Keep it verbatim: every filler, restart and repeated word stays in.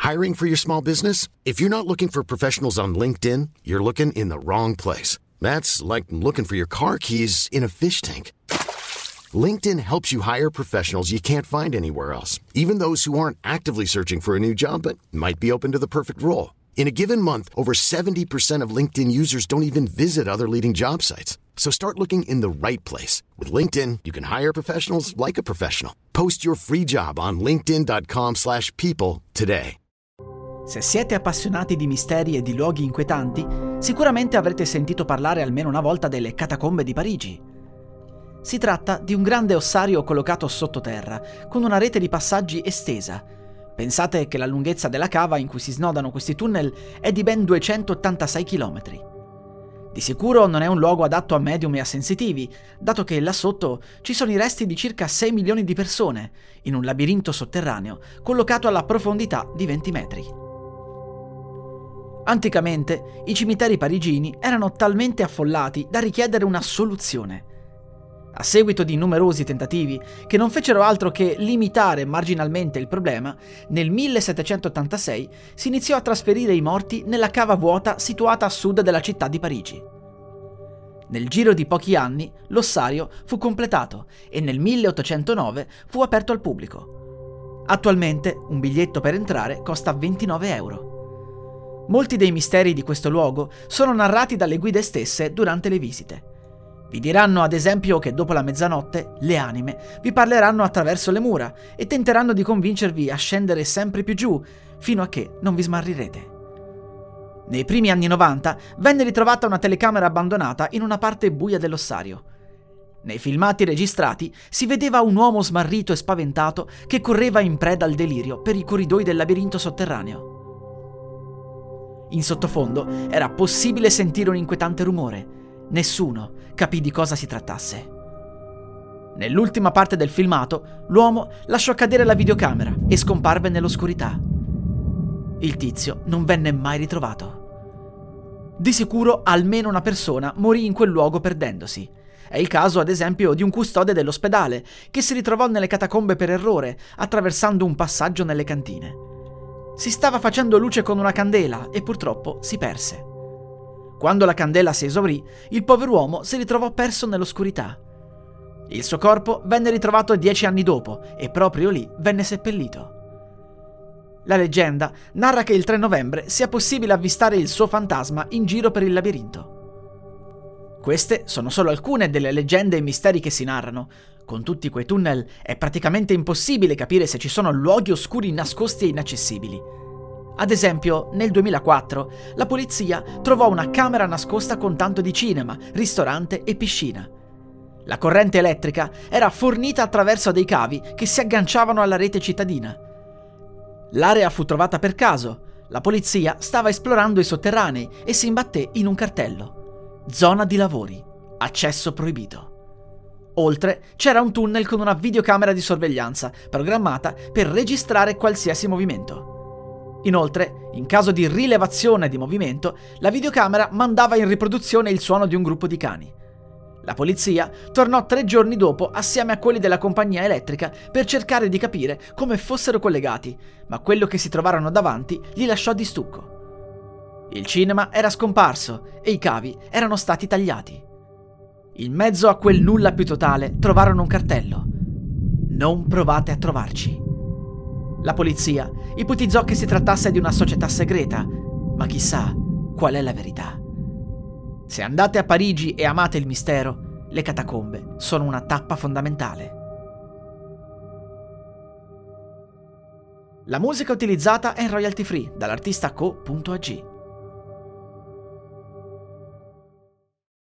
Hiring for your small business? If you're not looking for professionals on LinkedIn, you're looking in the wrong place. That's like looking for your car keys in a fish tank. LinkedIn helps you hire professionals you can't find anywhere else, even those who aren't actively searching for a new job but might be open to the perfect role. In a given month, over seventy percent of LinkedIn users don't even visit other leading job sites. So start looking in the right place. With LinkedIn, you can hire professionals like a professional. Post your free job on linkedin dot com slash people today. Se siete appassionati di misteri e di luoghi inquietanti, sicuramente avrete sentito parlare almeno una volta delle catacombe di Parigi. Si tratta di un grande ossario collocato sottoterra, con una rete di passaggi estesa. Pensate che la lunghezza della cava in cui si snodano questi tunnel è di ben duecentottantasei chilometri. Di sicuro non è un luogo adatto a medium e a sensitivi, dato che là sotto ci sono i resti di circa sei milioni di persone, in un labirinto sotterraneo collocato alla profondità di venti metri. Anticamente, i cimiteri parigini erano talmente affollati da richiedere una soluzione. A seguito di numerosi tentativi, che non fecero altro che limitare marginalmente il problema, nel millesettecentottantasei si iniziò a trasferire i morti nella cava vuota situata a sud della città di Parigi. Nel giro di pochi anni, l'ossario fu completato e nel milleottocentonove fu aperto al pubblico. Attualmente un biglietto per entrare costa ventinove euro. Molti dei misteri di questo luogo sono narrati dalle guide stesse durante le visite. Vi diranno ad esempio che dopo la mezzanotte le anime vi parleranno attraverso le mura e tenteranno di convincervi a scendere sempre più giù fino a che non vi smarrirete. Nei primi anni novanta venne ritrovata una telecamera abbandonata in una parte buia dell'ossario. Nei filmati registrati si vedeva un uomo smarrito e spaventato che correva in preda al delirio per i corridoi del labirinto sotterraneo. In sottofondo era possibile sentire un inquietante rumore. Nessuno capì di cosa si trattasse. Nell'ultima parte del filmato, l'uomo lasciò cadere la videocamera e scomparve nell'oscurità. Il tizio non venne mai ritrovato. Di sicuro almeno una persona morì in quel luogo perdendosi. È il caso, ad esempio, di un custode dell'ospedale che si ritrovò nelle catacombe per errore, attraversando un passaggio nelle cantine. Si stava facendo luce con una candela e purtroppo si perse. Quando la candela si esaurì, il pover'uomo si ritrovò perso nell'oscurità. Il suo corpo venne ritrovato dieci anni dopo e proprio lì venne seppellito. La leggenda narra che il tre novembre sia possibile avvistare il suo fantasma in giro per il labirinto. Queste sono solo alcune delle leggende e misteri che si narrano. Con tutti quei tunnel è praticamente impossibile capire se ci sono luoghi oscuri nascosti e inaccessibili. Ad esempio, nel duemilaquattro, la polizia trovò una camera nascosta con tanto di cinema, ristorante e piscina. La corrente elettrica era fornita attraverso dei cavi che si agganciavano alla rete cittadina. L'area fu trovata per caso. La polizia stava esplorando i sotterranei e si imbatté in un cartello. Zona di lavori. Accesso proibito. Oltre c'era un tunnel con una videocamera di sorveglianza programmata per registrare qualsiasi movimento. Inoltre, in caso di rilevazione di movimento, la videocamera mandava in riproduzione il suono di un gruppo di cani. La polizia tornò tre giorni dopo assieme a quelli della compagnia elettrica per cercare di capire come fossero collegati, ma quello che si trovarono davanti li lasciò di stucco. Il cinema era scomparso e i cavi erano stati tagliati. In mezzo a quel nulla più totale trovarono un cartello. Non provate a trovarci. La polizia ipotizzò che si trattasse di una società segreta, ma chissà qual è la verità. Se andate a Parigi e amate il mistero, le catacombe sono una tappa fondamentale. La musica utilizzata è in royalty free dall'artista co punto a gi.